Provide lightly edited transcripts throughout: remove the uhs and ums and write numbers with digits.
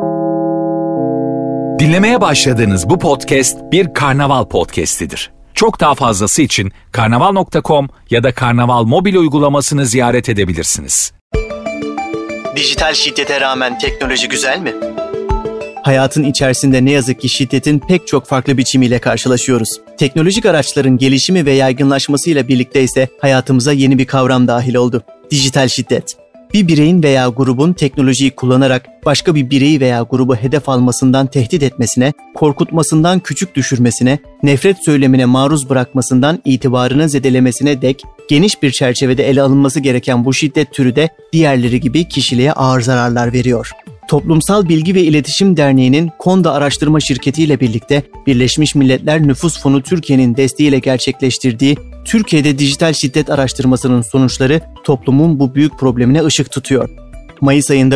Dinlemeye başladığınız bu podcast bir Karnaval podcastidir. Çok daha fazlası için karnaval.com ya da Karnaval mobil uygulamasını ziyaret edebilirsiniz. Dijital şiddete rağmen teknoloji güzel mi? Hayatın içerisinde ne yazık ki şiddetin pek çok farklı biçimiyle karşılaşıyoruz. Teknolojik araçların gelişimi ve yaygınlaşmasıyla birlikte ise hayatımıza yeni bir kavram dahil oldu. Dijital şiddet. Bir bireyin veya grubun teknolojiyi kullanarak başka bir bireyi veya grubu hedef almasından tehdit etmesine, korkutmasından küçük düşürmesine, nefret söylemine maruz bırakmasından itibarını zedelemesine dek geniş bir çerçevede ele alınması gereken bu şiddet türü de diğerleri gibi kişiliğe ağır zararlar veriyor. Toplumsal Bilgi ve İletişim Derneği'nin Konda Araştırma Şirketi ile birlikte Birleşmiş Milletler Nüfus Fonu Türkiye'nin desteğiyle gerçekleştirdiği Türkiye'de dijital şiddet araştırmasının sonuçları toplumun bu büyük problemine ışık tutuyor. Mayıs ayında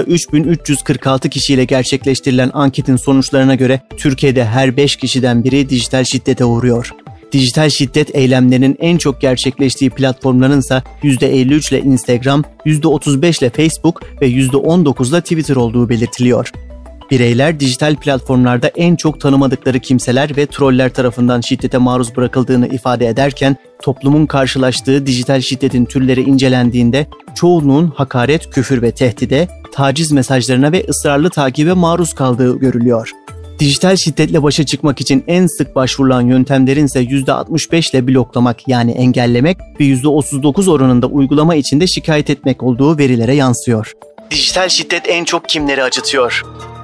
3346 kişiyle gerçekleştirilen anketin sonuçlarına göre Türkiye'de her 5 kişiden biri dijital şiddete uğruyor. Dijital şiddet eylemlerinin en çok gerçekleştiği platformların ise %53 ile Instagram, %35 ile Facebook ve %19 ile Twitter olduğu belirtiliyor. Bireyler dijital platformlarda en çok tanımadıkları kimseler ve troller tarafından şiddete maruz bırakıldığını ifade ederken, toplumun karşılaştığı dijital şiddetin türleri incelendiğinde çoğunluğun hakaret, küfür ve tehdide, taciz mesajlarına ve ısrarlı takibe maruz kaldığı görülüyor. Dijital şiddetle başa çıkmak için en sık başvurulan yöntemlerin ise %65 ile bloklamak yani engellemek ve %39 oranında uygulama içinde şikayet etmek olduğu verilere yansıyor. Dijital şiddet en çok kimleri acıtıyor?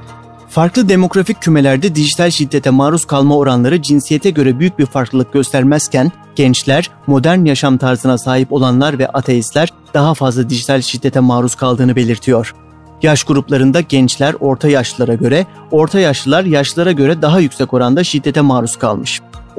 Farklı demografik kümelerde dijital şiddete maruz kalma oranları cinsiyete göre büyük bir farklılık göstermezken, gençler, modern yaşam tarzına sahip olanlar ve ateistler daha fazla dijital şiddete maruz kaldığını belirtiyor. Yaş gruplarında gençler orta yaşlılara göre, orta yaşlılar yaşlılara göre daha yüksek oranda şiddete maruz kalmış.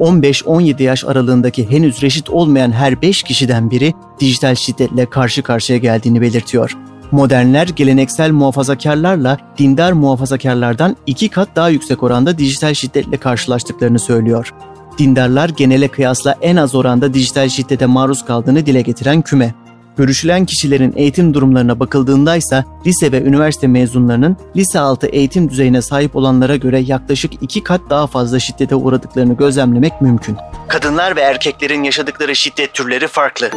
15-17 yaş aralığındaki henüz reşit olmayan her 5 kişiden biri dijital şiddetle karşı karşıya geldiğini belirtiyor. Modernler geleneksel muhafazakarlarla dindar muhafazakarlardan 2 kat daha yüksek oranda dijital şiddetle karşılaştıklarını söylüyor. Dindarlar genele kıyasla en az oranda dijital şiddete maruz kaldığını dile getiren küme. Görüşülen kişilerin eğitim durumlarına bakıldığında ise lise ve üniversite mezunlarının lise altı eğitim düzeyine sahip olanlara göre yaklaşık 2 kat daha fazla şiddete uğradıklarını gözlemlemek mümkün. Kadınlar ve erkeklerin yaşadıkları şiddet türleri farklı.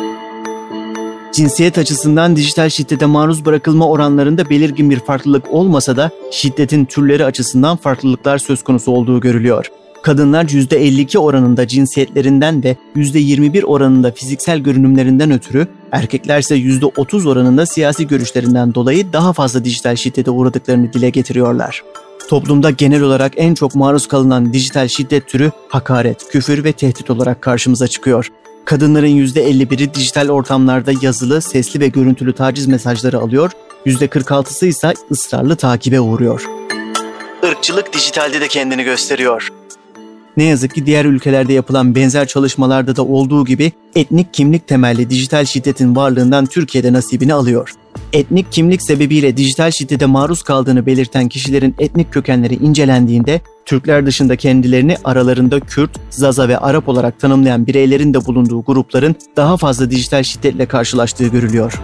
Cinsiyet açısından dijital şiddete maruz bırakılma oranlarında belirgin bir farklılık olmasa da şiddetin türleri açısından farklılıklar söz konusu olduğu görülüyor. Kadınlar %52 oranında cinsiyetlerinden ve %21 oranında fiziksel görünümlerinden ötürü, erkekler ise %30 oranında siyasi görüşlerinden dolayı daha fazla dijital şiddete uğradıklarını dile getiriyorlar. Toplumda genel olarak en çok maruz kalınan dijital şiddet türü hakaret, küfür ve tehdit olarak karşımıza çıkıyor. Kadınların %51'i dijital ortamlarda yazılı, sesli ve görüntülü taciz mesajları alıyor, %46'sı ise ısrarlı takibe uğruyor. Irkçılık dijitalde de kendini gösteriyor. Ne yazık ki diğer ülkelerde yapılan benzer çalışmalarda da olduğu gibi etnik kimlik temelli dijital şiddetin varlığından Türkiye'de nasibini alıyor. Etnik kimlik sebebiyle dijital şiddete maruz kaldığını belirten kişilerin etnik kökenleri incelendiğinde, Türkler dışında kendilerini aralarında Kürt, Zaza ve Arap olarak tanımlayan bireylerin de bulunduğu grupların daha fazla dijital şiddetle karşılaştığı görülüyor.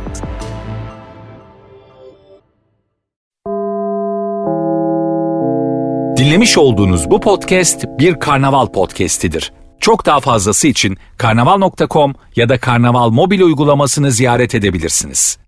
Dinlemiş olduğunuz bu podcast bir Karnaval podcastidir. Çok daha fazlası için karnaval.com ya da Karnaval mobil uygulamasını ziyaret edebilirsiniz.